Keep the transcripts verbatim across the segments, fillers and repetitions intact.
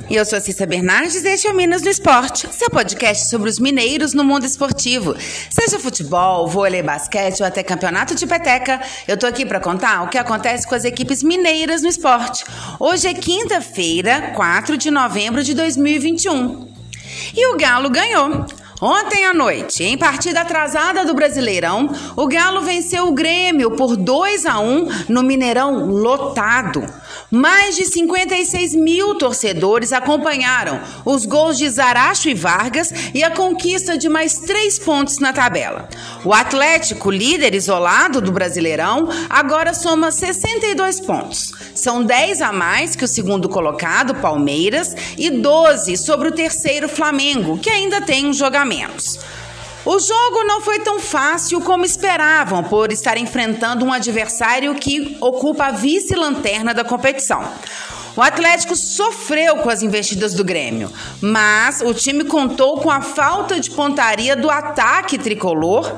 E eu sou a Cissa Bernardes e este é o Minas no Esporte, seu podcast sobre os mineiros no mundo esportivo. Seja futebol, vôlei, basquete ou até campeonato de peteca, eu tô aqui para contar o que acontece com as equipes mineiras no esporte. Hoje é quinta-feira, quatro de novembro de dois mil e vinte e um. E o Galo ganhou. Ontem à noite, em partida atrasada do Brasileirão, o Galo venceu o Grêmio por dois a um no Mineirão lotado. Mais de cinquenta e seis mil torcedores acompanharam os gols de Zaracho e Vargas e a conquista de mais três pontos na tabela. O Atlético, líder isolado do Brasileirão, agora soma sessenta e dois pontos. São dez a mais que o segundo colocado, Palmeiras, e doze sobre o terceiro, Flamengo, que ainda tem um jogo a menos. O jogo não foi tão fácil como esperavam, por estar enfrentando um adversário que ocupa a vice-lanterna da competição. O Atlético sofreu com as investidas do Grêmio, mas o time contou com a falta de pontaria do ataque tricolor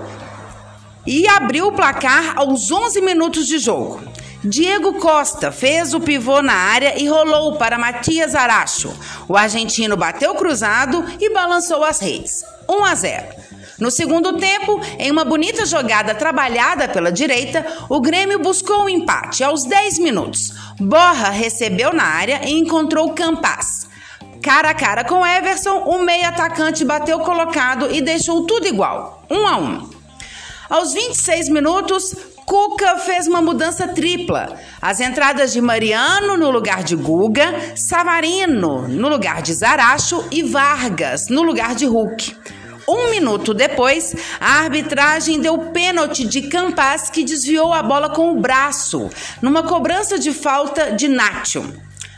e abriu o placar aos onze minutos de jogo. Diego Costa fez o pivô na área e rolou para Matias Zaracho. O argentino bateu cruzado e balançou as redes. um a zero. No segundo tempo, em uma bonita jogada trabalhada pela direita, o Grêmio buscou o empate aos dez minutos. Borra recebeu na área e encontrou Campaz. Cara a cara com Everson, o meio atacante bateu colocado e deixou tudo igual, um a um. Aos vinte e seis minutos, Cuca fez uma mudança tripla. As entradas de Mariano no lugar de Guga, Savarino no lugar de Zaracho e Vargas no lugar de Hulk. Um minuto depois, a arbitragem deu pênalti de Campaz, que desviou a bola com o braço, numa cobrança de falta de Nacho.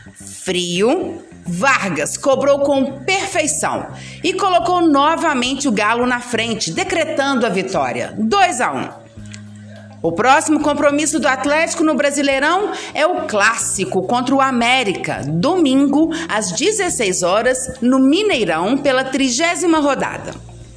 Frio, Vargas cobrou com perfeição e colocou novamente o Galo na frente, decretando a vitória, dois a um. O próximo compromisso do Atlético no Brasileirão é o clássico contra o América, domingo, às dezesseis horas, no Mineirão, pela trigésima rodada.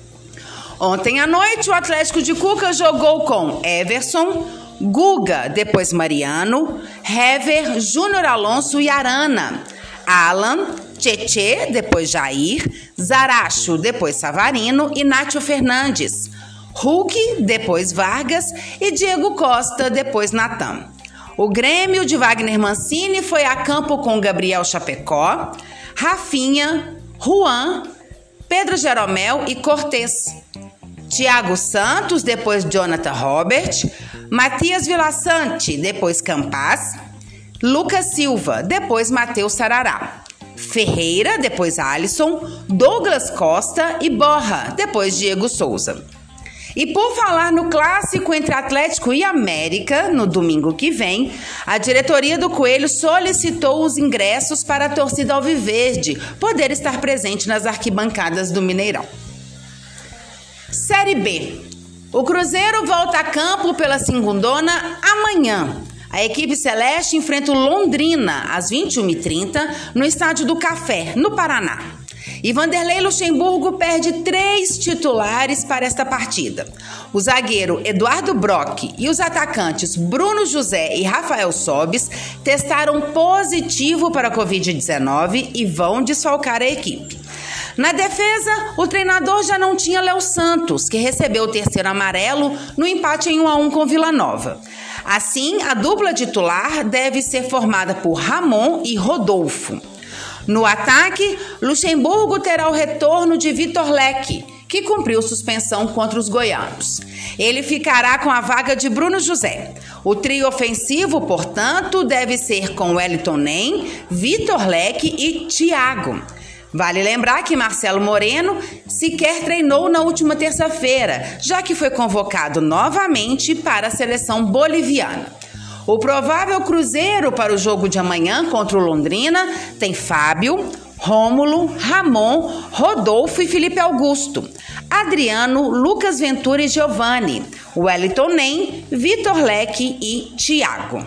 Ontem à noite, o Atlético de Cuca jogou com Everson, Guga, depois Mariano, Hever, Júnior Alonso e Arana, Alan, Tietê, depois Jair, Zaracho, depois Savarino e Nátio Fernandes, Hulk, depois Vargas e Diego Costa, depois Natan. O Grêmio de Wagner Mancini foi a campo com Gabriel Chapecó, Rafinha, Juan, Pedro Jeromel e Cortez. Thiago Santos, depois Jonathan Robert, Matias Vilaçante, depois Campaz, Lucas Silva, depois Matheus Sarará, Ferreira, depois Alisson, Douglas Costa e Borra, depois Diego Souza. E por falar no clássico entre Atlético e América, no domingo que vem, a diretoria do Coelho solicitou os ingressos para a torcida alviverde poder estar presente nas arquibancadas do Mineirão. Série B. O Cruzeiro volta a campo pela segundona amanhã. A equipe celeste enfrenta o Londrina às vinte e uma e trinta no Estádio do Café, no Paraná. E Vanderlei Luxemburgo perde três titulares para esta partida. O zagueiro Eduardo Brock e os atacantes Bruno José e Rafael Sobis testaram positivo para a covid dezenove e vão desfalcar a equipe. Na defesa, o treinador já não tinha Léo Santos, que recebeu o terceiro amarelo no empate em um a um com Vila Nova. Assim, a dupla titular deve ser formada por Ramon e Rodolfo. No ataque, Luxemburgo terá o retorno de Vitor Leque, que cumpriu suspensão contra os goianos. Ele ficará com a vaga de Bruno José. O trio ofensivo, portanto, deve ser com Wellington Nem, Vitor Leque e Thiago. Vale lembrar que Marcelo Moreno sequer treinou na última terça-feira, já que foi convocado novamente para a seleção boliviana. O provável Cruzeiro para o jogo de amanhã contra o Londrina tem Fábio, Rômulo, Ramon, Rodolfo e Felipe Augusto, Adriano, Lucas Ventura e Giovani, Wellington Nem, Vitor Leque e Thiago.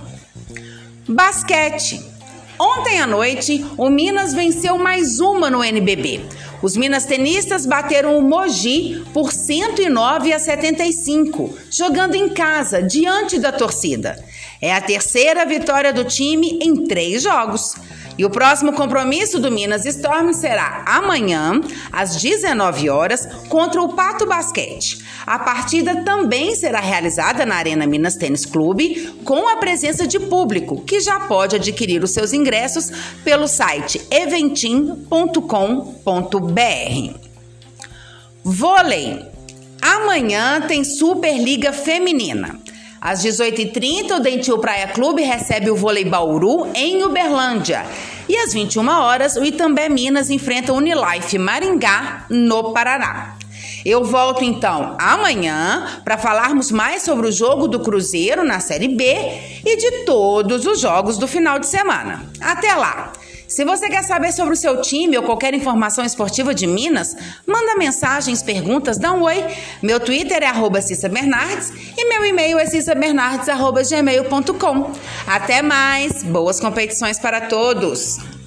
Basquete. Ontem à noite, o Minas venceu mais uma no N B B. Os Minas tenistas bateram o Mogi por cento e nove a setenta e cinco, jogando em casa, diante da torcida. É a terceira vitória do time em três jogos. E o próximo compromisso do Minas Storm será amanhã, às dezenove horas, contra o Pato Basquete. A partida também será realizada na Arena Minas Tênis Clube, com a presença de público, que já pode adquirir os seus ingressos pelo site eventim ponto com ponto br. Vôlei. Amanhã tem Superliga Feminina. Às dezoito e trinta, o Dentil Praia Clube recebe o Vôlei Bauru em Uberlândia. E às vinte e uma horas, o Itambé Minas enfrenta o Unilife Maringá, no Paraná. Eu volto então amanhã para falarmos mais sobre o jogo do Cruzeiro na Série B e de todos os jogos do final de semana. Até lá! Se você quer saber sobre o seu time ou qualquer informação esportiva de Minas, manda mensagens, perguntas, dá um oi. Meu Twitter é arroba Cissa Bernardes e meu e-mail é cissabernardes arroba gmail ponto com. Até mais! Boas competições para todos!